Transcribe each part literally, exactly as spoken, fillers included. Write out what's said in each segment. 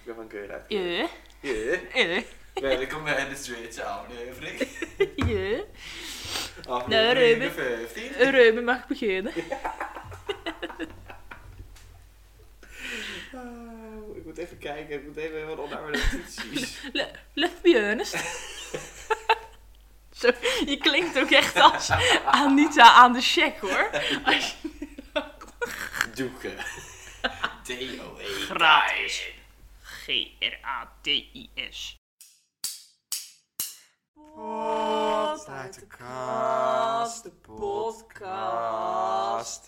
microfoon keuren. Ja. Ja. Ja. Welkom bij de Zweedse aflevering. Ja. Aflevering Ruben. vijftien. Ruben, mag ik beginnen? Oh, ik moet even kijken, ik moet even wat naar mijn notities. Le- Let's be honest. Zo, je klinkt ook echt als Anita aan de check, hoor. Als je... Doeken. D O E. Gratis. G R A T I S. Pot uit de kast, de podcast.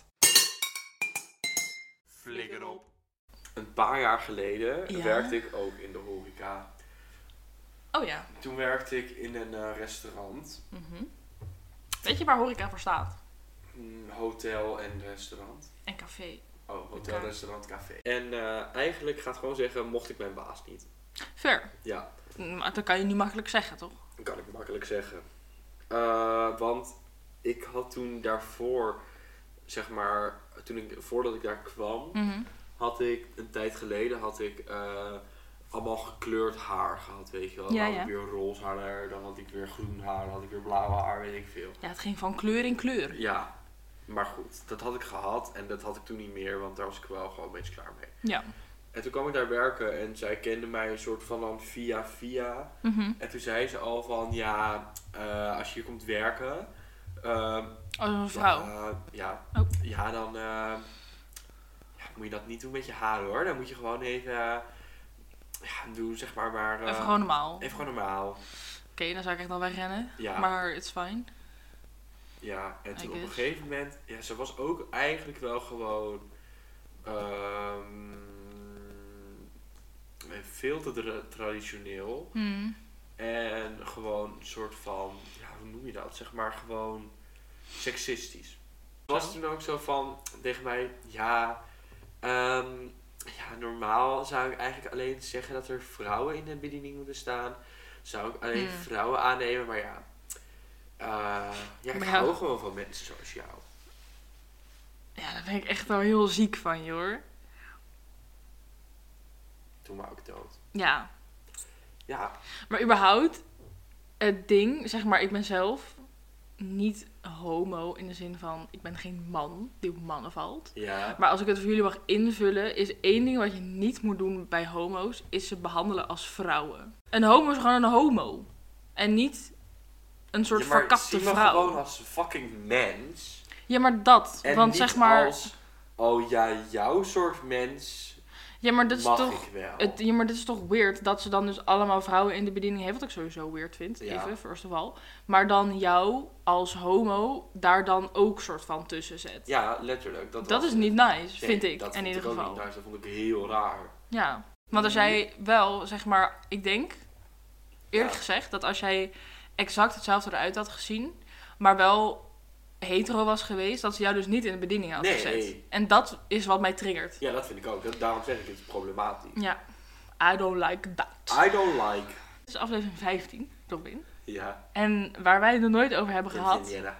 Flikker op. Een paar jaar geleden Ja? werkte ik ook in de horeca. Oh ja. Toen werkte ik in een uh, restaurant. Mm-hmm. Weet je waar horeca voor staat? Mm, hotel en restaurant. En café. Oh, hotel, Oké. restaurant, café. En uh, eigenlijk gaat gewoon zeggen, mocht ik mijn baas niet. Fair. Ja, Maar dat kan je niet makkelijk zeggen, toch? dat kan ik makkelijk zeggen. Uh, want ik had toen daarvoor, zeg maar, toen ik, voordat ik daar kwam, Mm-hmm. had ik een tijd geleden had ik uh, allemaal gekleurd haar gehad, weet je wel. Ja, dan had ja. ik weer roze haar, dan had ik weer groen haar, dan had ik weer blauw haar, weet ik veel. Ja, het ging van kleur in kleur. Ja, maar goed, dat had ik gehad en dat had ik toen niet meer, want daar was ik wel gewoon een beetje klaar mee. Ja. En toen kwam ik daar werken en zij kende mij een soort van dan via via. Mm-hmm. En toen zei ze al van, ja, uh, als je hier komt werken... Uh, Als een vrouw. Ja, ja, Oh. ja dan uh, ja, moet je dat niet doen met je haar, hoor. Dan moet je gewoon even, uh, ja, doen zeg maar maar... Uh, Even gewoon normaal. Even gewoon normaal. Oké, okay, dan zou ik echt wel wegrennen. Ja. Maar it's fine. Ja, en toen I op een guess. gegeven moment, ja, ze was ook eigenlijk wel gewoon... Um, veel te tra- traditioneel. Hmm. En gewoon een soort van, ja, hoe noem je dat? Zeg maar gewoon seksistisch. Het was toen ook zo van tegen mij, ja, um, ja, normaal zou ik eigenlijk alleen zeggen dat er vrouwen in de bediening moeten staan. Zou ik alleen Hmm. vrouwen aannemen, maar ja, uh, ja, ik Maar hou ja. gewoon van mensen zoals jou. Ja, daar ben ik echt wel heel ziek van, je hoor. Toen wou ik dood. Ja. Ja, Maar überhaupt, het ding, zeg maar, ik ben zelf niet homo in de zin van, ik ben geen man die op mannen valt. ja. Maar als ik het voor jullie mag invullen, is één ding wat je niet moet doen bij homo's, is ze behandelen als vrouwen. Een homo is gewoon een homo. En niet een soort ja, maar verkapte zie me vrouw. gewoon als fucking mens. Ja, maar dat. En want niet zeg maar. als, oh ja, jouw soort mens Ja, maar dit is mag toch. ik wel. Het, ja, maar dit is toch weird dat ze dan dus allemaal vrouwen in de bediening heeft. Wat ik sowieso weird vind, Ja. even, first of all. Maar dan jou als homo daar dan ook soort van tussen zet. Ja, letterlijk. Dat, Dat was is het. niet nice, Nee, vind ik, dat in vond ieder ik ook geval. niet nice. Dat vond ik heel raar. Ja, want als jij wel, zeg maar, ik denk, eerlijk Ja. gezegd, dat als jij exact hetzelfde eruit had gezien, maar wel hetero was geweest, dat ze jou dus niet in de bediening had Nee. gezet. En dat is wat mij triggert. Ja, dat vind ik ook. Dat, daarom zeg ik het is problematisch. Ja, I don't like that. I don't like. Dit is aflevering vijftien, Robin. Ja. En waar wij het nog nooit over hebben gehad, Jenna.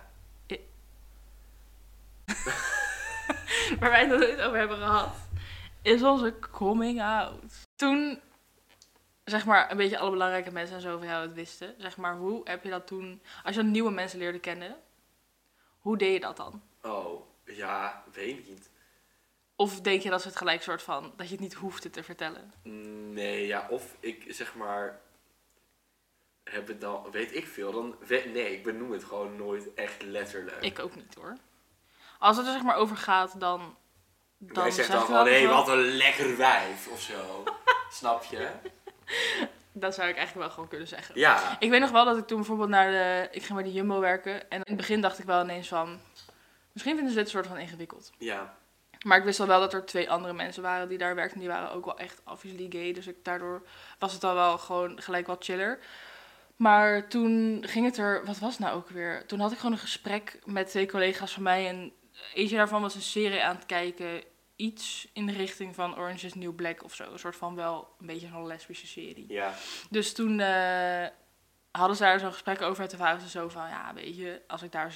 waar wij het nog nooit over hebben gehad, is onze coming out. Toen, zeg maar, een beetje alle belangrijke mensen en zo van jou het wisten. Zeg maar, hoe heb je dat toen, als je dan nieuwe mensen leerde kennen, hoe deed je dat dan? Oh, ja, weet niet. Of denk je dat ze het gelijk soort van, dat je het niet hoefde te vertellen? Nee, ja, of ik zeg maar heb het dan, weet ik veel, dan we- nee, ik benoem het gewoon nooit echt letterlijk. Ik ook niet hoor. Als het er zeg maar over gaat, dan... dan Jij zegt zeg dan je wel van, hé, van- wat een lekker wijf, of zo. Snap je? Dat zou ik eigenlijk wel gewoon kunnen zeggen. Ja. Ik weet nog wel dat ik toen bijvoorbeeld naar de... Ik ging bij de Jumbo werken. En in het begin dacht ik wel ineens van... Misschien vinden ze dit soort van ingewikkeld. Ja. Maar ik wist al wel dat er twee andere mensen waren die daar werkten. Die waren ook wel echt obviously gay. Dus ik, daardoor was het al wel gewoon gelijk wat chiller. Maar toen ging het er... Wat was het nou ook weer? Toen had ik gewoon een gesprek met twee collega's van mij. En eentje daarvan was een serie aan het kijken. Iets in de richting van Orange is the New Black of zo. Een soort van wel een beetje zo'n lesbische serie. Ja. Dus toen uh, hadden ze daar zo'n gesprek over. En toen waren ze zo van... Ja, weet je, als ik daar zit...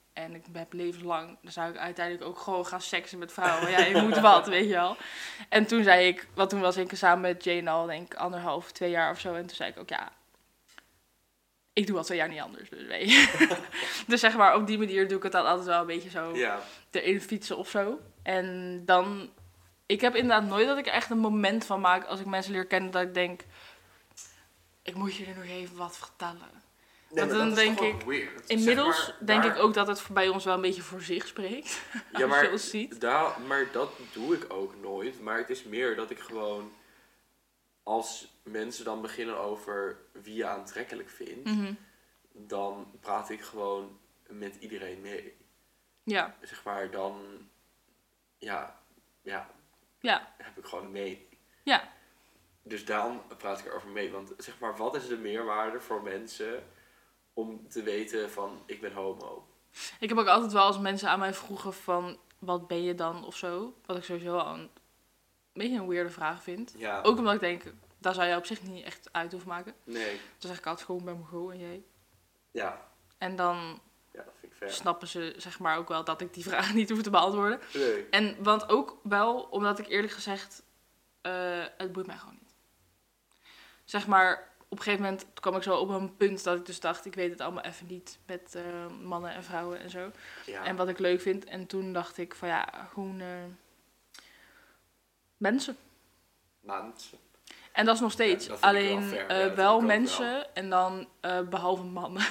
en ik heb levenslang, dan zou ik uiteindelijk ook gewoon gaan seksen met vrouwen. Ja, je moet wat, weet je wel. En toen zei ik, want toen was ik samen met Jane al, denk ik, anderhalf, twee jaar of zo. En toen zei ik ook, ja, ik doe al twee jaar niet anders, dus weet je. Dus zeg maar, op die manier doe ik het dan altijd wel een beetje zo Ja. erin fietsen of zo. En dan, ik heb inderdaad nooit dat ik er echt een moment van maak als ik mensen leer kennen dat ik denk, ik moet je er nog even wat vertellen. Nee, Want maar dan dat is denk toch ik, wel weird. Inmiddels Zeg maar, denk daar- ik ook dat het bij ons wel een beetje voor zich spreekt. Ja, Als maar, je ons ziet. daar, maar dat doe ik ook nooit. Maar het is meer dat ik gewoon, als mensen dan beginnen over wie je aantrekkelijk vindt, Mhm. dan praat ik gewoon met iedereen mee. Ja, Zeg maar, dan, ja, ja, ja, heb ik gewoon een mening. ja. Dus daarom praat ik erover mee. Want zeg maar, wat is de meerwaarde voor mensen om te weten van, ik ben homo? Ik heb ook altijd wel als mensen aan mij vroegen van, wat ben je dan of zo? Wat ik sowieso al een beetje een weirde vraag vind. Ja, Ook omdat ik denk, daar zou je op zich niet echt uit hoeven maken. nee, Dan zeg ik altijd gewoon, ben Mongool en jij. ja, En dan ja, dat vind ik fair. snappen ze zeg maar ook wel dat ik die vraag niet hoef te beantwoorden. Nee. En want ook wel, omdat ik eerlijk gezegd, eh, het boeit mij gewoon niet. Zeg maar, op een gegeven moment kwam ik zo op een punt dat ik dus dacht, ik weet het allemaal even niet met eh, mannen en vrouwen en zo. Ja. En wat ik leuk vind. En toen dacht ik van ja, gewoon eh, mensen. Mensen. En dat is nog steeds. Ja, dat vind ik alleen wel fair. eh, Ja, dat wel vind ik ook mensen wel. en dan eh, behalve mannen.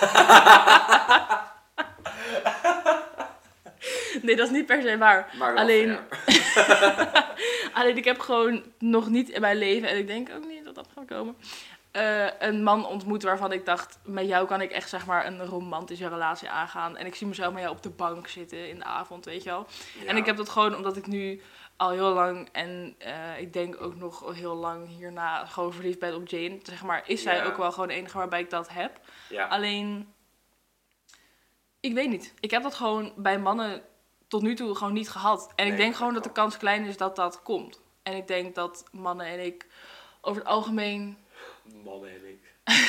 Nee, dat is niet per se waar. Maar wel Alleen- fair. Alleen ik heb gewoon nog niet in mijn leven, en ik denk ook niet dat dat gaat komen, eh, een man ontmoet waarvan ik dacht, met jou kan ik echt zeg maar een romantische relatie aangaan. En ik zie mezelf met jou op de bank zitten in de avond, weet je wel. Ja. En ik heb dat gewoon omdat ik nu al heel lang, en eh, ik denk ook nog heel lang hierna, gewoon verliefd ben op Jane. Zeg maar, is zij Ja. ook wel gewoon de enige waarbij ik dat heb. Ja. Alleen, ik weet niet. Ik heb dat gewoon bij mannen tot nu toe gewoon niet gehad. En ik Nee, denk dat gewoon dat de ook. kans klein is dat dat komt. En ik denk dat mannen en ik over het algemeen Mannen en ik.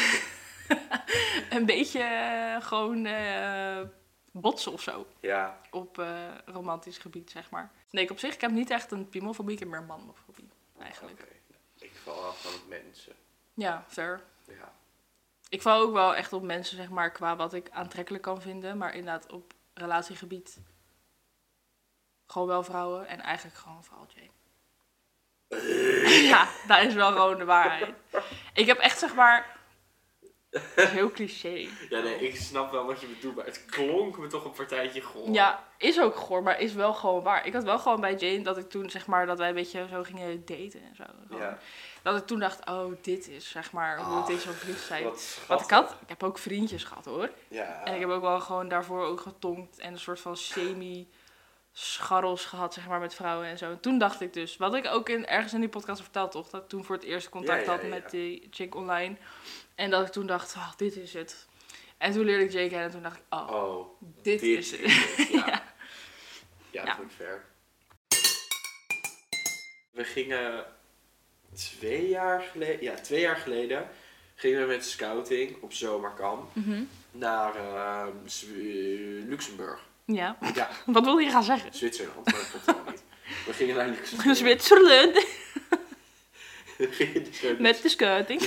een beetje eh, gewoon eh, botsen of zo. Ja. Op eh, romantisch gebied, zeg maar. Nee, ik op zich, ik heb niet echt een piemelfobie, ik heb meer een manmofobie, eigenlijk. Oké. Ik val af van het mensen. Ja, fair. Ja. Ik val ook wel echt op mensen, zeg maar, qua wat ik aantrekkelijk kan vinden. Maar inderdaad, op relatiegebied gewoon wel vrouwen. En eigenlijk gewoon vooral Jane. Ja, dat is wel gewoon de waarheid. Ik heb echt, zeg maar... Dat is heel cliché. Ja, nee, ik snap wel wat je bedoelt, maar het klonk me toch een partijtje goor. Ja, is ook goor, maar is wel gewoon waar. Ik had wel gewoon bij Jane dat ik toen, zeg maar, dat wij een beetje zo gingen daten en zo. Gewoon. Ja. Dat ik toen dacht, oh, dit is, zeg maar, hoe het Ah, is zo verliefd zijn. Wat Wat ik had, ik heb ook vriendjes gehad, hoor. Ja. En ik heb ook wel gewoon daarvoor ook getonkt en een soort van semi-scharrels gehad, zeg maar, met vrouwen en zo. En toen dacht ik dus, wat ik ook in, ergens in die podcast verteld, toch? Dat ik toen voor het eerst contact Ja, ja, had ja. met die chick online. En dat ik toen dacht, oh, dit is het. En toen leerde ik Jake kennen en toen dacht ik, oh, Oh, dit, is het. het. Ja. Ja. Ja, dat Ja. vind ik fair. We gingen twee jaar geleden, ja, twee jaar geleden gingen we met scouting op zomerkamp Mhm. naar ehm, Zw- Luxemburg. Ja. Ja, Wat wil je gaan zeggen? Zwitserland, maar dat klopt helemaal niet. We gingen naar Luxemburg. Zwitserland We gingen dus naar met de skeuting.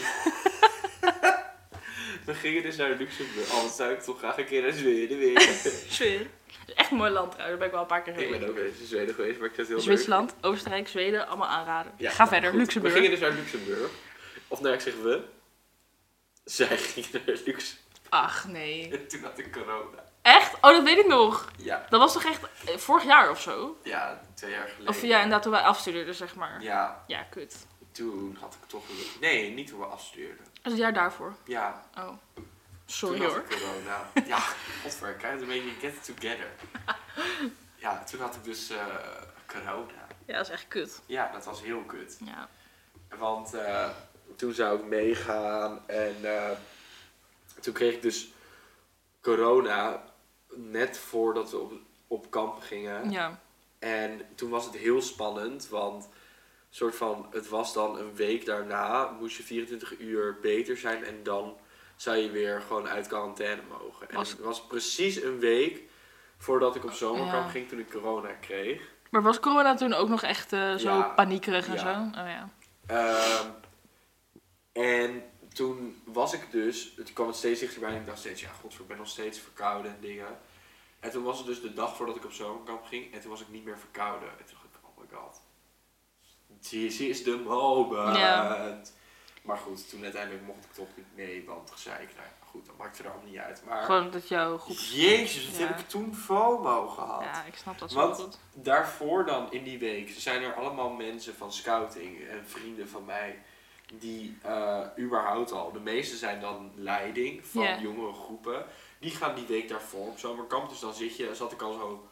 We gingen dus naar Luxemburg. Anders zou ik toch graag een keer naar Zweden weer. Zweden. Het is echt een mooi land trouwens, daar ben ik wel een paar keer Ik geweest. ben ook eens in Zweden geweest, maar ik vind het heel Zwitserland, Oostenrijk, Zweden, allemaal aanraden. leuk. Ja, Ga nou, verder, goed. Luxemburg. We gingen dus naar Luxemburg. Of nou, ik zeg we. Zij gingen naar Luxemburg. Ach, nee. En toen had ik corona. Echt? Oh, dat weet ik nog. Ja, Dat was toch echt eh, vorig jaar of zo? ja, twee jaar geleden. Of ja, inderdaad toen wij afstudeerden, zeg maar. Ja, Ja, kut. toen had ik toch een... Nee, niet toen we afstudeerden. Dat is het jaar daarvoor. Ja, Oh. Sorry toen had hoor. ik corona. Ja, godver, ik krijg een beetje get it together. Ja, toen had ik dus eh, corona. Ja, dat is echt kut. Ja, dat was heel kut. Ja. Want eh, toen zou ik meegaan en eh, toen kreeg ik dus corona net voordat we op, op kamp gingen. Ja. En toen was het heel spannend, want soort van, het was dan een week daarna, moest je vierentwintig uur beter zijn en dan zou je weer gewoon uit quarantaine mogen. En Was- het was precies een week Voordat ik op zomerkamp Ja. ging toen ik corona kreeg. Maar was corona toen ook nog echt uh, zo Ja. paniekerig en Ja. zo? Oh ja. Um, en toen was ik dus, het kwam het steeds dichterbij en ik dacht steeds, ja godver, ik ben nog steeds verkouden en dingen. En toen was het dus de dag voordat ik op zomerkamp ging en toen was ik niet meer verkouden. En toen dacht ik, oh my god, this is the moment. Ja. Maar goed, toen uiteindelijk mocht ik toch niet mee, want zei ik, nou ja, goed, dat maakte er allemaal niet uit. Maar Gewoon dat jouw groep... jezus, wat Ja. heb ik toen FOMO gehad. Ja, ik snap dat zo Want goed. daarvoor dan in die week zijn er allemaal mensen van scouting en vrienden van mij die uh, überhaupt al, de meeste zijn dan leiding van Ja. jongere groepen, die gaan die week daarvoor op zomerkamp, dus dan zit je, zat ik al zo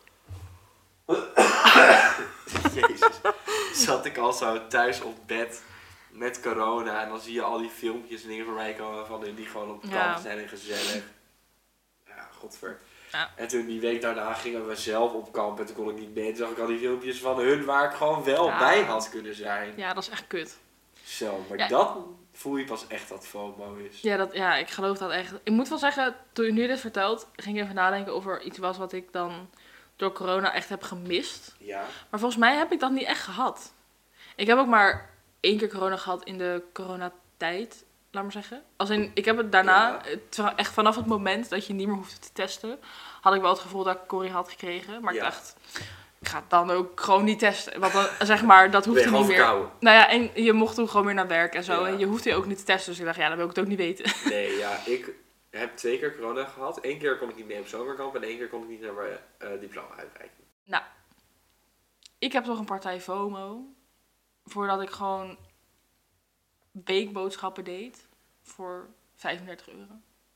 Jezus, zat ik al zo thuis op bed met corona en dan zie je al die filmpjes en dingen voorbij komen van die gewoon op kamp Ja. zijn en gezellig. Ja, godver. Ja. En toen die week daarna gingen we zelf op kamp en toen kon ik niet mee. Toen zag ik al die filmpjes van hun waar ik gewoon wel Ja. bij had kunnen zijn. Ja, dat is echt kut. Zo, maar Ja. dat voel je pas echt dat FOMO is. Ja, dat, ja, ik geloof dat echt. Ik moet wel zeggen, toen je nu dit vertelt, ging ik even nadenken of er iets was wat ik dan door corona echt heb gemist. Ja. Maar volgens mij heb ik dat niet echt gehad. Ik heb ook maar één keer corona gehad in de coronatijd, laat maar zeggen. Als in, ik heb het daarna, Ja. het, echt vanaf het moment dat je niet meer hoefde te testen, had ik wel het gevoel dat ik Corrie had gekregen. Maar Ja. ik dacht, ik ga het dan ook gewoon niet testen. Want dan, zeg maar, dat Ben hoefde je niet gewoon meer. verkouden? Nou ja, en je mocht toen gewoon weer naar werk en zo. Ja. En je hoefde je ook niet te testen. Dus ik dacht, ja, dan wil ik het ook niet weten. Nee, ja, ik heb twee keer corona gehad. Eén keer kon ik niet mee op zomerkamp en één keer kon ik niet naar mijn uh, diploma uitreiken. Nou, ik heb toch een partij FOMO. Voordat ik gewoon weekboodschappen deed voor vijfendertig euro.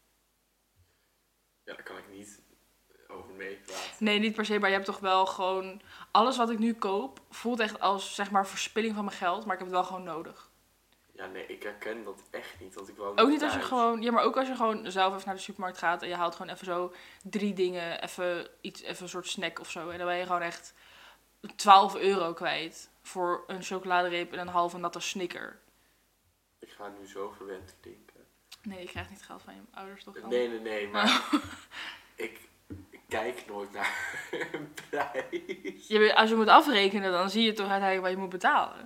Ja, daar kan ik niet over meepraten. Nee, niet per se, maar je hebt toch wel gewoon... Alles wat ik nu koop voelt echt als, zeg maar, verspilling van mijn geld. Maar ik heb het wel gewoon nodig. Ja, nee, ik herken dat echt niet, want ik woon Ook niet als je thuis. gewoon... Ja, maar ook als je gewoon zelf even naar de supermarkt gaat en je haalt gewoon even zo drie dingen, even iets, even een soort snack of zo. En dan ben je gewoon echt twaalf euro kwijt voor een chocoladereep en een halve natte Snicker. Ik ga nu zo verwend klinken. Nee, je krijgt niet geld van je ouders toch? Nee, nee, nee, maar ik, ik kijk nooit naar een prijs. Je, als je moet afrekenen, dan zie je toch uiteindelijk wat je moet betalen.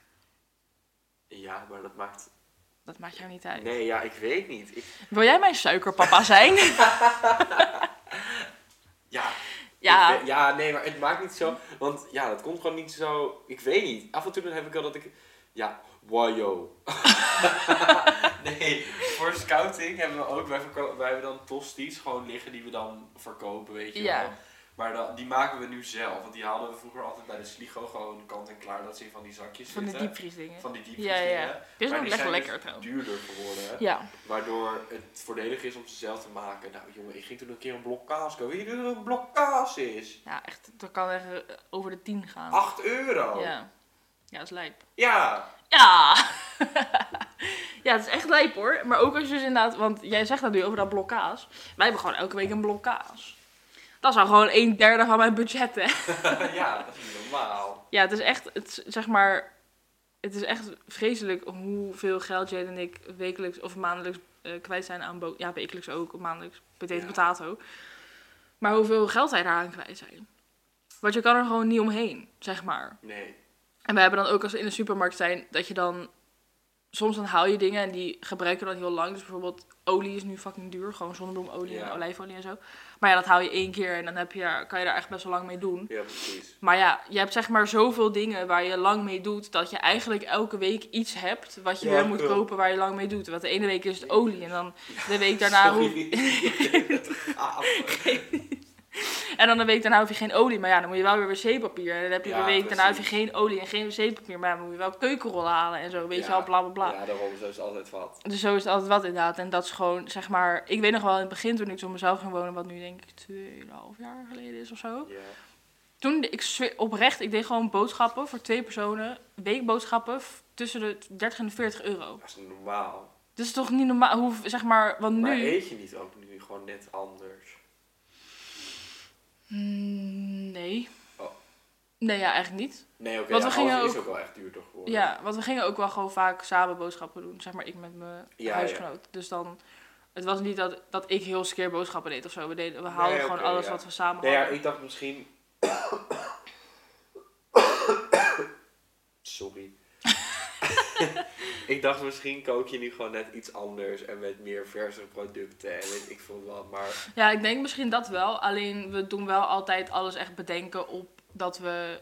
Ja, maar dat maakt... Dat maakt jou niet uit. Nee, ja, ik weet niet. Ik... Wil jij mijn suikerpapa zijn? Ja. Ja. Ik ben- ja, nee, maar het maakt niet zo... Want ja, dat komt gewoon niet zo... Ik weet niet. Af en toe dan heb ik wel dat ik... Ja, wow, yo. Nee, voor scouting hebben we ook... Wij, verko- wij hebben dan tosties gewoon liggen die we dan verkopen, weet je Ja. wel. Maar dan, die maken we nu zelf. Want die haalden we vroeger altijd bij de Sligo gewoon kant en klaar. Dat ze in van die zakjes Van die zitten. diepvriesdingen. Van die Ja, diepvriesdingen. ja. Dit is Maar ook die lekker zijn lekker dus trouwens. duurder geworden. Ja. Waardoor het voordelig is om ze zelf te maken. Nou jongen, ik ging toen een keer een blok kaas kopen. Weet je wat een blok kaas is? Ja, echt. Dat kan echt eh, over de tien gaan. acht euro. Ja. Ja, dat is lijp. Ja. Ja! Ja, het is echt lijp hoor. Maar ook als je dus inderdaad... Want jij zegt dat nu over dat blok kaas. Wij hebben gewoon elke week een blok kaas. Dat is al gewoon een derde van mijn budget, hè. Ja, dat is niet normaal. Ja, het is echt... Het, is, zeg maar... Het is echt vreselijk hoeveel geld Jade en ik wekelijks of maandelijks uh, kwijt zijn aan... Bo- ja, wekelijks ook. Maandelijks. Potato, Ja. potato. Maar hoeveel geld wij daaraan kwijt zijn. Want je kan er gewoon niet omheen, zeg maar. Nee. En we hebben dan ook als we in de supermarkt zijn, dat je dan... Soms dan haal je dingen en die gebruiken we dan heel lang. Dus bijvoorbeeld olie is nu fucking duur. Gewoon zonnebloemolie Ja. en olijfolie en zo. Maar ja, dat haal je één keer en dan heb je, kan je daar echt best wel lang mee doen. Ja, precies. Maar ja, je hebt zeg maar zoveel dingen waar je lang mee doet... dat je eigenlijk elke week iets hebt wat je Ja, weer moet klopt. kopen waar je lang mee doet. Want de ene week is het olie en dan de week daarna... hoef- Sorry. Het gaat. En dan de week daarna hoef je geen olie, maar ja, dan moet je wel weer wc-papier. En dan heb je Ja, de week daarna heb je precies. geen olie en geen wc-papier. Maar ja, dan moet je wel keukenrollen halen en zo, weet je Ja. wel, bla bla bla. Ja, daarom zo is het altijd wat. Dus zo is het altijd wat inderdaad. En dat is gewoon, zeg maar... Ik weet nog wel in het begin toen ik zo mezelf ging wonen, wat nu denk ik tweeënhalf jaar geleden is of zo. Ja. Toen, ik zwe- oprecht, ik deed gewoon boodschappen voor twee personen. Weekboodschappen f- tussen de dertig en de veertig euro. Dat is normaal. Dat is toch niet normaal, hoe, zeg maar, want Maar nu... eet je niet ook nu gewoon net anders? Mm, nee. Oh. Nee, ja, eigenlijk niet. Nee, oké. Want ja, we gingen alles is ook- ook wel echt duurder geworden. Ja, want we gingen ook wel gewoon vaak samen boodschappen doen. Zeg maar ik met mijn Ja, huisgenoot. Dus dan Het was niet dat, dat ik heel skeer boodschappen deed of zo. We, deden, we haalden Nee, gewoon oké, alles ja. wat we samen Nee, ja, hadden. ik dacht misschien... Sorry. Ik dacht misschien kook je nu gewoon net iets anders en met meer verse producten en weet ik veel wat, maar... Ja, ik denk misschien dat wel. Alleen we doen wel altijd alles echt bedenken op dat we...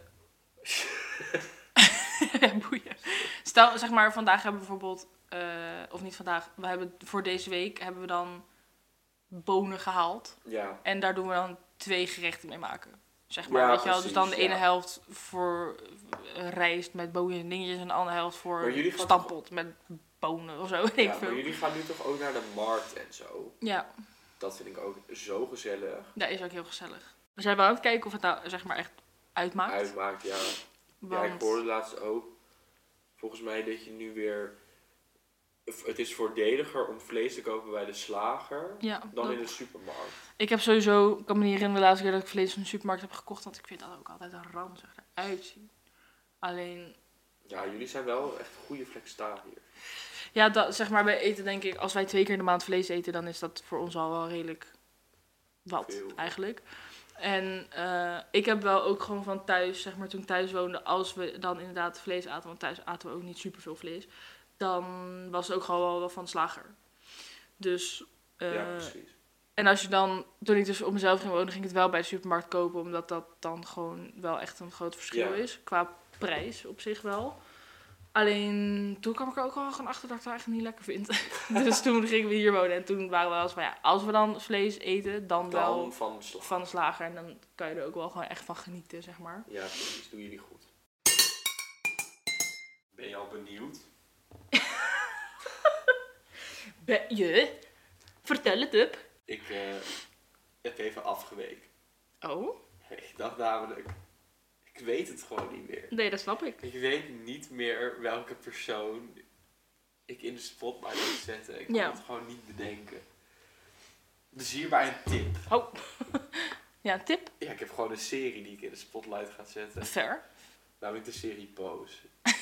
ja, boeien. Stel, zeg maar, vandaag hebben we bijvoorbeeld... Uh, of niet vandaag, we hebben voor deze week hebben we dan bonen gehaald. Ja. En daar doen we dan twee gerechten mee maken. Zeg maar, Ja, weet je wel. Dus dan de precies, ene ja. helft voor uh, rijst met bonen en dingetjes en de andere helft voor stampot toch... met bonen of zo. Weet ik Ja, veel. maar jullie gaan nu toch ook naar de markt en zo? Ja. Dat vind ik ook zo gezellig. Dat is ook heel gezellig. We zijn wel aan het kijken of het nou zeg maar echt uitmaakt. Uitmaakt, ja. Want... Ja, ik hoorde laatst ook, volgens mij dat je nu weer... Het is voordeliger om vlees te kopen bij de slager ja, dan dat... in de supermarkt. Ik heb sowieso, ik kan me niet herinneren de laatste keer dat ik vlees van de supermarkt heb gekocht, want ik vind dat ook altijd een ranzig eruit zien. Alleen... Ja, jullie zijn wel echt goede flexitariërs. Ja, dat, zeg maar bij eten denk ik, als wij twee keer in de maand vlees eten, dan is dat voor ons al wel redelijk wat Veel. eigenlijk. En uh, ik heb wel ook gewoon van thuis, zeg maar toen ik thuis woonde, als we dan inderdaad vlees aten, want thuis aten we ook niet superveel vlees, dan was het ook gewoon wel, wel van de slager. Dus, uh, ja, precies. En als je dan, toen ik dus op mezelf ging wonen, ging ik het wel bij de supermarkt kopen, omdat dat dan gewoon wel echt een groot verschil ja. is, qua prijs op zich wel. Alleen, toen kwam ik er ook wel gewoon achter dat ik het eigenlijk niet lekker vind. Dus toen gingen we hier wonen en toen waren we wel eens van, ja, als we dan vlees eten, dan, Dan wel van de slager. van de slager. En dan kan je er ook wel gewoon echt van genieten, zeg maar. Ja, precies. Doen jullie goed. Ben je al benieuwd? Ben je? Vertel het op. Ik uh, heb even afgeweken. Oh? Ik dacht namelijk, ik weet het gewoon niet meer. Nee, dat snap ik. Ik weet niet meer welke persoon ik in de spotlight moet zetten. Ik kan Ja. het gewoon niet bedenken. Dus hierbij een tip. Oh. Ja, een tip? Ja, ik heb gewoon een serie die ik in de spotlight ga zetten. Fair. Namelijk de serie Pose.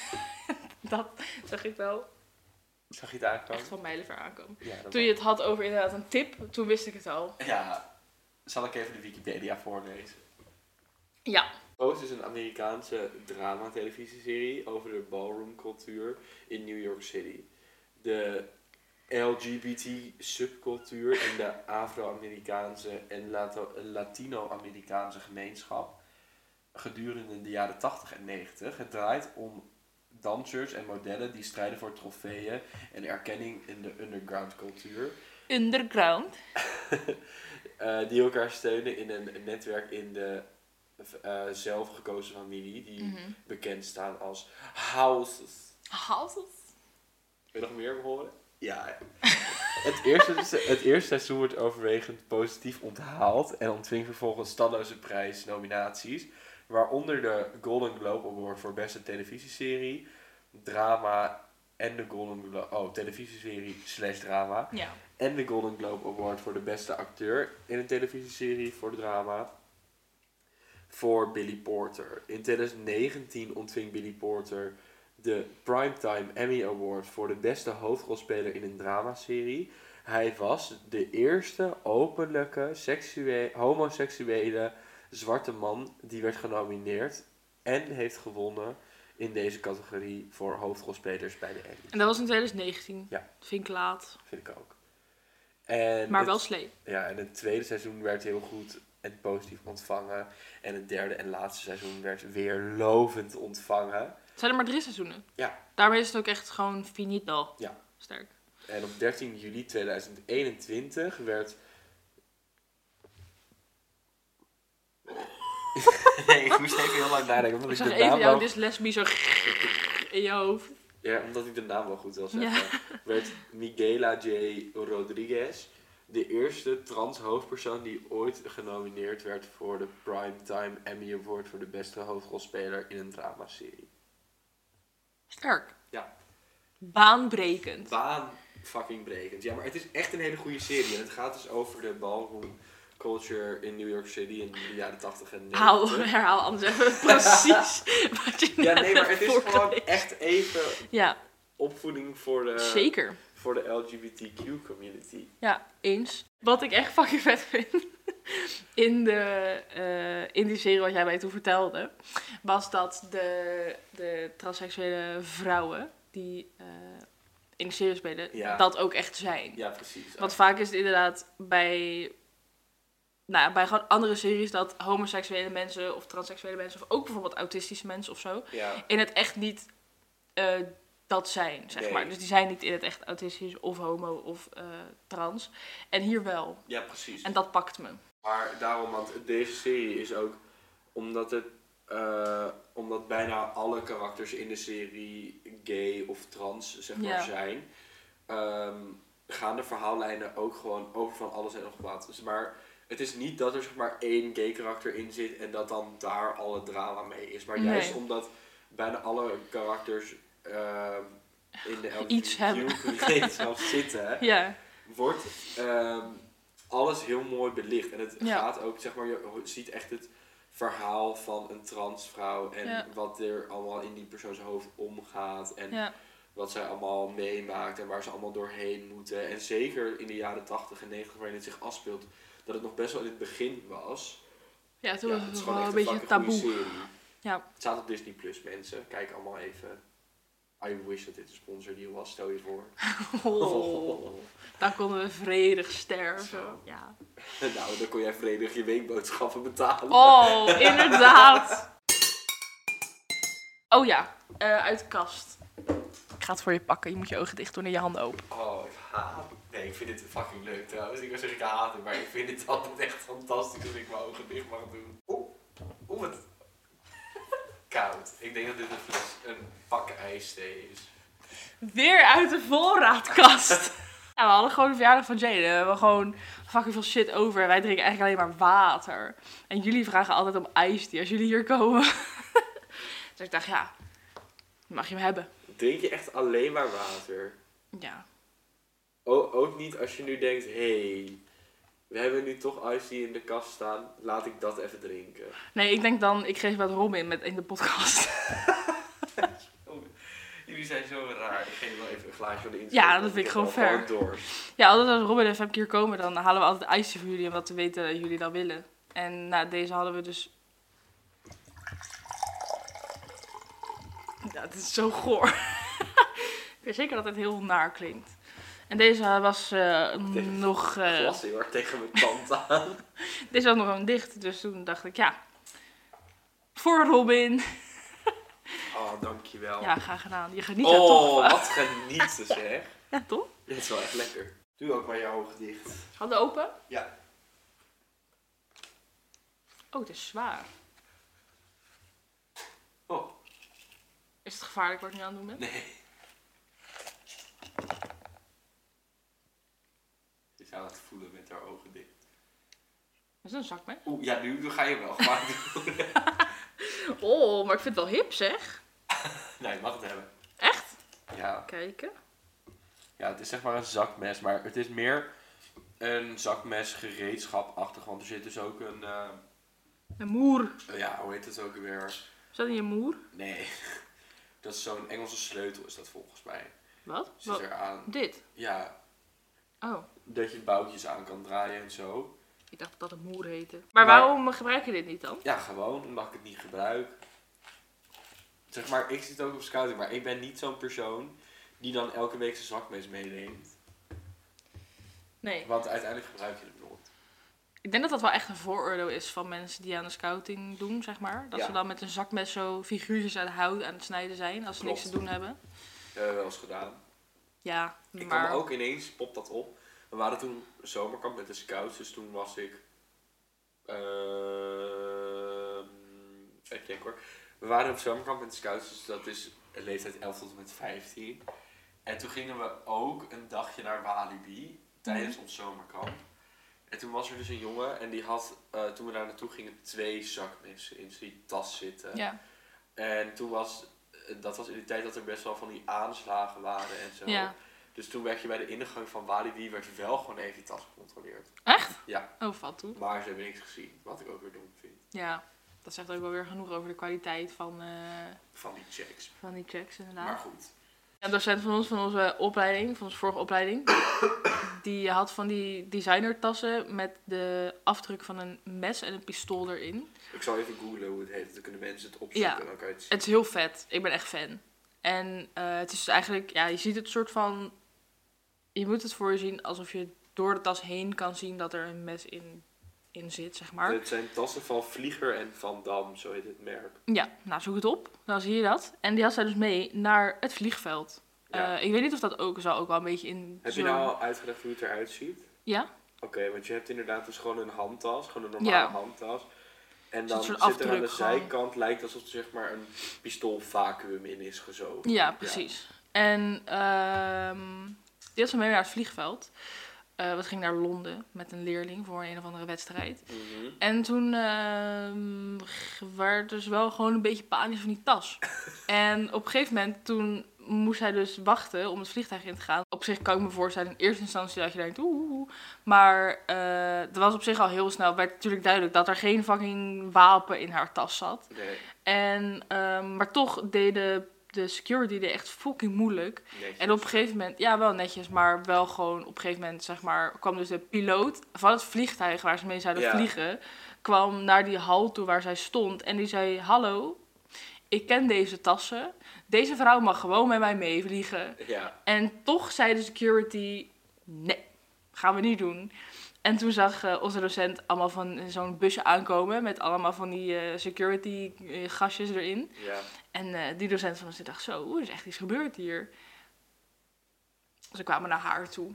Dat zag ik wel Zag je het aankomen? echt van mijlenver aankomen. Ja, dat Toen je het had over inderdaad een tip, toen wist ik het al. Ja, zal ik even de Wikipedia voorlezen? Ja. Pose is een Amerikaanse drama-televisieserie over de ballroom-cultuur in New York City. De L G B T-subcultuur in de Afro-Amerikaanse en Lato- Latino-Amerikaanse gemeenschap gedurende de jaren tachtig en negentig. Het draait om dansers en modellen die strijden voor trofeeën en erkenning in de underground cultuur. Underground. uh, die elkaar steunen in een netwerk in de uh, zelfgekozen familie, die Mm-hmm. bekend staan als houses. Houses? Wil je nog meer horen? Ja. het, eerste, het eerste seizoen wordt overwegend positief onthaald en ontving vervolgens talloze prijsnominaties, waaronder de Golden Globe Award voor beste televisieserie, drama en de Golden Globe, oh, televisieserie slash drama. Ja. En de Golden Globe Award voor de beste acteur in een televisieserie voor drama. Voor Billy Porter. In twintig negentien ontving Billy Porter de Primetime Emmy Award voor de beste hoofdrolspeler in een dramaserie. Hij was de eerste openlijke seksuele, homoseksuele zwarte man die werd genomineerd en heeft gewonnen in deze categorie voor hoofdrolspelers bij de Emmy. En dat was in twintig negentien. Ja. Dat vind ik laat. Vind ik ook. En Maar het, wel slee. Ja, en het tweede seizoen werd heel goed en positief ontvangen. En het derde en laatste seizoen werd weer lovend ontvangen. Het zijn er maar drie seizoenen. Ja. Daarmee is het ook echt gewoon finito. Ja. Sterk. En op dertien juli tweeduizend eenentwintig werd... nee, ik moest even heel lang nadenken. Omdat Ik ik zag de even naam jouw wel... dyslesbie zo in je hoofd. Ja, omdat ik de naam wel goed wil zeggen. Ja. Werd Miguela J. Rodriguez de eerste trans hoofdpersoon die ooit genomineerd werd voor de Primetime Emmy Award voor de beste hoofdrolspeler in een dramaserie. Sterk. Ja. Baanbrekend. Baan fucking brekend. Ja, maar het is echt een hele goede serie. En het gaat dus over de ballroom culture in New York City in de jaren tachtig en negentig. Hou, herhaal anders even precies wat je Ja, net nee, maar hebt het is gewoon voorgelezen. echt even... Ja. opvoeding voor de, Zeker. voor de L G B T Q community. Ja, eens. Wat ik echt fucking vet vind in, de, uh, in die serie wat jij mij toen vertelde, was dat de, de transseksuele vrouwen die uh, in de serie spelen, Ja. dat ook echt zijn. Ja, precies. Want vaak is het inderdaad bij, nou, bij gewoon andere series dat homoseksuele mensen of transseksuele mensen, of ook bijvoorbeeld autistische mensen of zo, ja. in het echt niet uh, dat zijn, zeg nee. maar. Dus die zijn niet in het echt autistisch of homo of uh, trans. En hier wel. Ja, precies. En dat pakt me. Maar daarom, want deze serie is ook, omdat het, uh, omdat bijna alle karakters in de serie gay of trans, zeg maar, ja. zijn, um, gaan de verhaallijnen ook gewoon over van alles en nog wat. Dus maar het is niet dat er zeg maar één gay karakter in zit en dat dan daar alle drama mee is. Maar juist nee. omdat bijna alle karakters uh, in de L G B T Q-gemeenschap zitten, ja. wordt um, alles heel mooi belicht. En het ja. gaat ook, zeg maar, je ziet echt het verhaal van een transvrouw en ja. wat er allemaal in die persoons hoofd omgaat en ja. wat zij allemaal meemaakt en waar ze allemaal doorheen moeten. En zeker in de jaren tachtig en negentig waarin het zich afspeelt, dat het nog best wel in het begin was. Ja, toen ja, was het, het gewoon een, een beetje taboe. Ja. Het staat op Disney Plus, mensen. Kijk allemaal even. I wish dat dit een sponsordeal was, stel je voor. Oh, dan konden we vredig sterven. Zo. Ja. Nou, dan kon jij vredig je weekboodschappen betalen. Oh, inderdaad. Oh ja, uh, uit de kast. Ik ga het voor je pakken. Je moet je ogen dicht doen en je handen open. Oh, ik haat het. Nee, ik vind dit fucking leuk trouwens. Ik wil zeggen, ik haat het, maar ik vind het altijd echt fantastisch als ik mijn ogen dicht mag doen. Oeh, oeh, wat koud. Ik denk dat dit een fles, een pak ijsthee is. Weer uit de voorraadkast. Ja, we hadden gewoon de verjaardag van Jade. We hebben gewoon fucking veel shit over. En wij drinken eigenlijk alleen maar water. En jullie vragen altijd om ijsthee als jullie hier komen. Dus ik dacht, ja, mag je hem hebben. Drink je echt alleen maar water? Ja. O, ook niet als je nu denkt, hé, hey, we hebben nu toch ijsthee in de kast staan. Laat ik dat even drinken. Nee, ik denk dan, ik geef wat Robin met in de podcast. Jullie zijn zo raar. Ik geef wel even een glaasje van de inzet. Ja, dat vind ik gewoon fair. Door. Ja, altijd als Robin even een keer komen, dan halen we altijd ijsje voor jullie. Omdat we weten dat jullie dat willen. En nou, deze hadden we dus... Ja, het is zo goor. Ik weet zeker dat het heel naar klinkt. En deze was uh, nog... Uh... glas heel hard tegen mijn tand aan. Deze was nog gewoon dicht. Dus toen dacht ik, ja... Voor Robin... Oh, dankjewel. Ja, graag gedaan. Je geniet oh, er toch van. Oh, wat genieten zeg. Ja, toch? Dit is wel echt lekker. Doe ook maar je ogen dicht. Handen open? Ja. Oh, het is zwaar. Oh. Is het gevaarlijk wat ik nu aan het doen ben? Nee. Je zou het voelen met haar ogen dicht. Is dat een zakmes? Oeh, ja, nu ga je wel gemaakt doen. Oh, maar ik vind het wel hip, zeg. Nee, je mag het hebben. Echt? Ja. Kijken. Ja, het is zeg maar een zakmes, maar het is meer een zakmes gereedschapachtig, want er zit dus ook een... Uh, een moer. Uh, ja, hoe heet het ook weer? Is dat niet een moer? Nee. Dat is zo'n Engelse sleutel is dat volgens mij. Wat? Zit Wat? er aan. Dit? Ja. Oh. Dat je boutjes aan kan draaien en zo. Ik dacht dat het moer heette. Maar, maar waarom gebruik je dit niet dan? Ja, gewoon omdat ik het niet gebruik. Zeg maar, ik zit ook op scouting, maar ik ben niet zo'n persoon die dan elke week zijn zakmes meeneemt. Nee. Want uiteindelijk gebruik je het nooit. Ik denk dat dat wel echt een vooroordeel is van mensen die aan de scouting doen, zeg maar. Dat ja. ze dan met een zakmes zo figuurtjes uit hout aan het snijden zijn als ze Klopt. niks te doen hebben. Dat hebben we wel eens gedaan. Ja, ik maar... kwam ook ineens, popt dat op. We waren toen zomerkamp met de scouts, dus toen was ik... Uh, even denken hoor. We waren op zomerkamp met de scouts, dus dat is een leeftijd elf tot en met vijftien. En toen gingen we ook een dagje naar Walibi, tijdens mm. ons zomerkamp. En toen was er dus een jongen en die had, uh, toen we daar naartoe gingen, twee zakmessen in zijn tas zitten. Ja. En toen was, dat was in de tijd dat er best wel van die aanslagen waren en zo. Ja. Dus toen werd je bij de ingang van Walibi, werd je wel gewoon even je tas gecontroleerd. Echt? Ja. Oh, valt toe. Maar ze hebben niks gezien, wat ik ook weer dom vind. Ja, dat zegt ook wel weer genoeg over de kwaliteit van... Uh, van die checks. Van die checks, inderdaad. Maar goed. Een docent van ons, van onze opleiding, van onze vorige opleiding, die had van die designertassen met de afdruk van een mes en een pistool erin. Ik zal even googlen hoe het heet, dan kunnen mensen het opzoeken. Ja, en dan kan je het zien. het is heel vet. Ik ben echt fan. En uh, het is eigenlijk, ja, je ziet het soort van, je moet het voor je zien alsof je door de tas heen kan zien dat er een mes in, in zit, zeg maar. Het zijn tassen van Vlieger en Van Dam, zo heet het merk. Ja, nou zoek het op, dan zie je dat. En die had zij dus mee naar het vliegveld. Ja. Uh, ik weet niet of dat ook, zou ook wel een beetje in... Heb zo... je nou al uitgelegd hoe het eruit ziet? Ja. Oké, okay, want je hebt inderdaad dus gewoon een handtas, gewoon een normale ja. handtas. En dan zit er aan de gewoon... zijkant, lijkt alsof er zeg maar een pistoolvacuüm in is gezogen. Ja, precies. Ja. En uh, die had ze mee naar het vliegveld. Uh, we gingen naar Londen met een leerling voor een of andere wedstrijd. Mm-hmm. En toen uh, werd dus wel gewoon een beetje panisch van die tas. En op een gegeven moment toen moest hij dus wachten om het vliegtuig in te gaan. Op zich kan ik me voorstellen in eerste instantie dat je denkt oeh. Maar uh, het was op zich al heel snel, werd natuurlijk duidelijk dat er geen fucking wapen in haar tas zat. Nee. En, uh, maar toch deden de security deed echt fucking moeilijk. Netjes. En op een gegeven moment, ja wel netjes, maar wel gewoon op een gegeven moment zeg maar, kwam dus de piloot van het vliegtuig waar ze mee zouden ja. vliegen, kwam naar die hal toe waar zij stond en die zei, hallo, ik ken deze tassen, deze vrouw mag gewoon met mij meevliegen. Ja. En toch zei de security, nee, gaan we niet doen. En toen zag uh, onze docent allemaal van zo'n busje aankomen met allemaal van die uh, security uh, gastjes erin. Ja. En uh, die docent van ons dacht zo, er is echt iets gebeurd hier. Ze kwamen naar haar toe.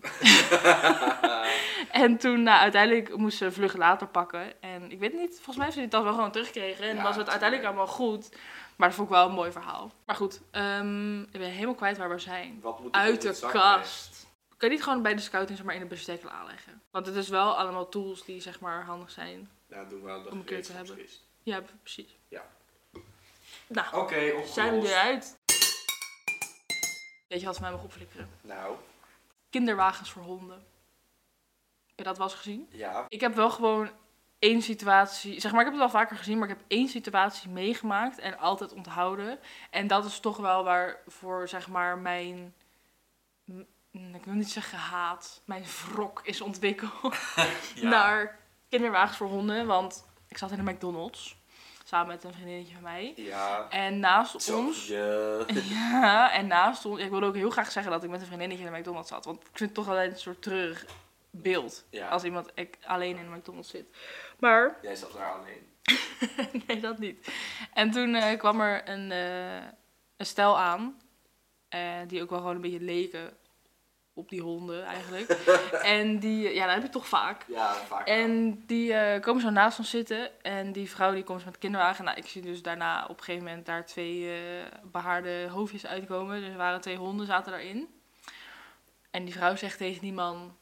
En toen uh, uiteindelijk moest ze vlug later pakken. En ik weet niet, volgens mij heeft ze die tas wel gewoon teruggekregen. En ja, was het uiteindelijk allemaal goed. Maar dat vond ik wel een mooi verhaal. Maar goed, um, ik ben helemaal kwijt waar we zijn. Wat moet uit de kast. Kan je niet gewoon bij de scouting zeg maar in de bestek aanleggen? Want het is wel allemaal tools die zeg maar handig zijn. Ja, doen we aan de om een keer te hebben. Ja, precies. Ja. Nou, oké, okay, zijn we eruit. Weet je wat voor mij mag opflikkeren? Nou. Kinderwagens voor honden. Heb je dat wel eens gezien? Ja. Ik heb wel gewoon één situatie, zeg maar ik heb het wel vaker gezien, maar ik heb één situatie meegemaakt en altijd onthouden. En dat is toch wel waarvoor zeg maar mijn, ik wil niet zeggen haat, mijn wrok is ontwikkeld ja. naar kinderwagens voor honden. Want ik zat in de McDonald's. Samen met een vriendinnetje van mij. Ja. En naast Zo, ons... Ja. Ja, en naast ons... Ik wilde ook heel graag zeggen dat ik met een vriendinnetje in de McDonald's zat. Want ik vind het toch alleen een soort treurig beeld. Ja. Als iemand ik, alleen in de McDonald's zit. Maar... Jij zat daar alleen. Nee, dat niet. En toen uh, kwam er een, uh, een stel aan. Uh, die ook wel gewoon een beetje leken op die honden eigenlijk. En die, ja, dat heb je toch vaak. Ja, vaak. En die uh, komen zo naast ons zitten. En die vrouw die komt met de kinderwagen. Nou, ik zie dus daarna op een gegeven moment daar twee uh, behaarde hoofdjes uitkomen. Dus er waren twee honden, zaten daarin. En die vrouw zegt tegen die man...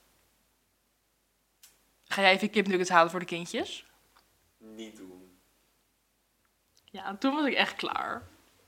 Ga jij even kipnuggets halen voor de kindjes? Niet doen. Ja, en toen was ik echt klaar.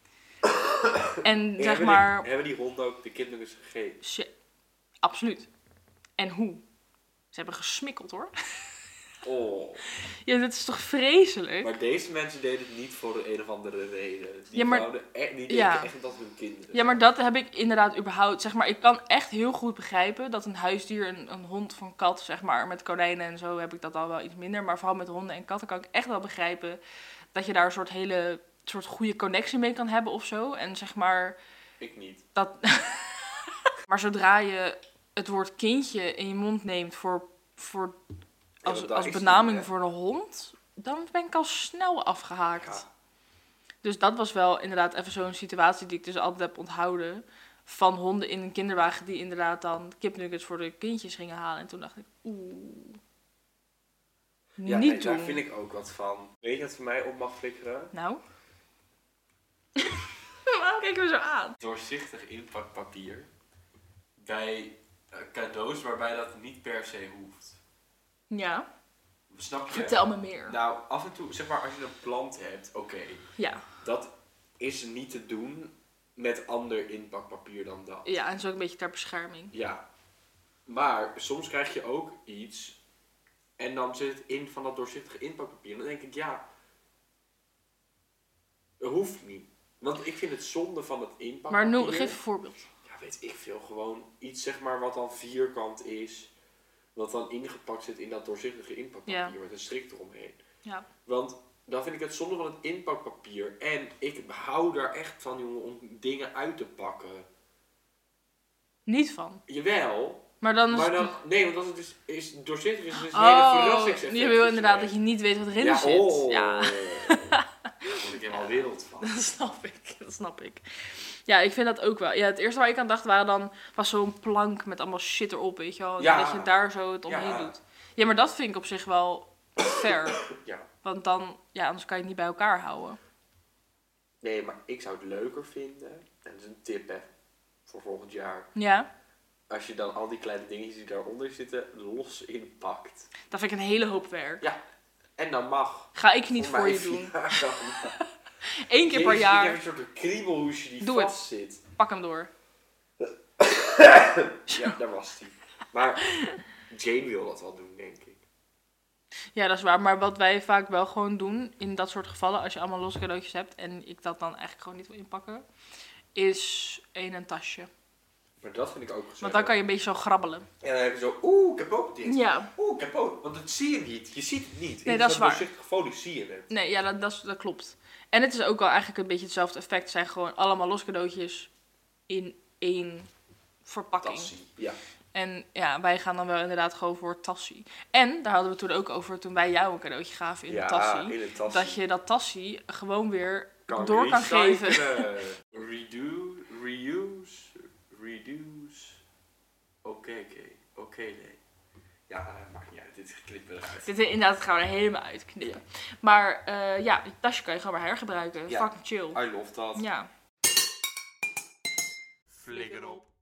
En zeg hebben maar... Die, hebben die honden ook de kipnuggets gegeven? Shit. Absoluut. En hoe? Ze hebben gesmikkeld hoor. Oh. Ja, dat is toch vreselijk? Maar deze mensen deden het niet voor een of andere reden. Die, ja, maar, echt, die denken ja. echt dat hun kinderen. Ja, maar dat heb ik inderdaad überhaupt. Zeg maar, ik kan echt heel goed begrijpen dat een huisdier, een, een hond of een kat, zeg maar, met konijnen en zo heb ik dat al wel iets minder. Maar vooral met honden en katten kan ik echt wel begrijpen dat je daar een soort hele, soort goede connectie mee kan hebben of zo. En zeg maar... Ik niet. Dat... Maar zodra je het woord kindje in je mond neemt voor, voor, als, ja, als benaming niet, voor de hond, dan ben ik al snel afgehaakt. Ja. Dus dat was wel inderdaad even zo'n situatie die ik dus altijd heb onthouden. Van honden in een kinderwagen die inderdaad dan kipnuggets voor de kindjes gingen halen. En toen dacht ik, oeh, ja, niet nee, doen. Daar vind ik ook wat van. Weet je wat voor mij op mag flikkeren? Nou? Waarom kijken we zo aan? Doorzichtig inpakpapier. Bij uh, cadeaus waarbij dat niet per se hoeft. Ja. Snap je? Vertel me meer. Nou, af en toe, zeg maar, als je een plant hebt, oké. Okay, ja. Dat is niet te doen met ander inpakpapier dan dat. Ja, en zo ook een beetje ter bescherming. Ja. Maar soms krijg je ook iets en dan zit het in van dat doorzichtige inpakpapier. En dan denk ik, ja, dat hoeft niet. Want ik vind het zonde van het inpakpapier. Maar noem, geef een voorbeeld. Ja, weet ik veel, gewoon iets zeg maar wat dan vierkant is. Wat dan ingepakt zit in dat doorzichtige inpakpapier Ja. met een strik eromheen. Ja. Want dan vind ik het zonde van het inpakpapier. En ik hou daar echt van, jongen, om dingen uit te pakken. Niet van. Jawel. Maar dan is Maar het... dan, nee, want als het dus is doorzichtig is, is het een Oh, hele verrassingseffect. je wil inderdaad dat je niet weet wat erin ja, zit. Oh, Ja, daar word ik helemaal wild van. dat snap ik. Dat snap ik. Ja, ik vind dat ook wel. Ja, het eerste waar ik aan dacht waren dan, was zo'n plank met allemaal shit erop, weet je wel. Ja. Dat je daar zo het omheen Ja. doet. Ja, maar dat vind ik op zich wel fair. Ja. Want dan, ja, anders kan je het niet bij elkaar houden. Nee, maar ik zou het leuker vinden, en dat is een tip hè, voor volgend jaar. Ja, Als je dan al die kleine dingetjes die daaronder zitten, los inpakt. dat vind ik een hele hoop werk. Ja, en dan mag. Ga ik niet voor, mij je doen. via- dan- Eén keer per Jezus, jaar, Ik heb een soort kriebelhoesje die Doe het. vast zit. pak hem door. Ja, daar was die. Maar Jane wil dat wel doen, denk ik. Ja, dat is waar. Maar wat wij vaak wel gewoon doen in dat soort gevallen, als je allemaal losse cadeautjes hebt en ik dat dan eigenlijk gewoon niet wil inpakken, is één een tasje. Maar dat vind ik ook gezellig. Want dan kan je een beetje zo grabbelen. En dan heb je zo, oeh, ik heb ook dit. Ja. Oeh, ik heb ook. Want dat zie je niet. Je ziet het niet. Nee, In dat is zo'n waar. doorzichtige folie zie je het. Nee, ja, dat, dat, is- dat klopt. En het is ook wel eigenlijk een beetje hetzelfde effect. Het zijn gewoon allemaal losse cadeautjes in één verpakking. Tassie. Ja. En ja, wij gaan dan wel inderdaad gewoon voor tassie. En daar hadden we het toen ook over toen wij jou een cadeautje gaven in ja, de tassie. in een tassie. Dat je dat tassie gewoon weer Kan door kan geven. recyclen. Redo, reuse, reduce. Oké, oké. Oké, nee. Ja, uh, maakt niet uit. Dit knippen we eruit. Dit inderdaad gaan we er helemaal uitknippen. Maar uh, ja, die tasje kan je gewoon weer hergebruiken. Ja. Fucking chill. I love dat. Ja. Flikker op.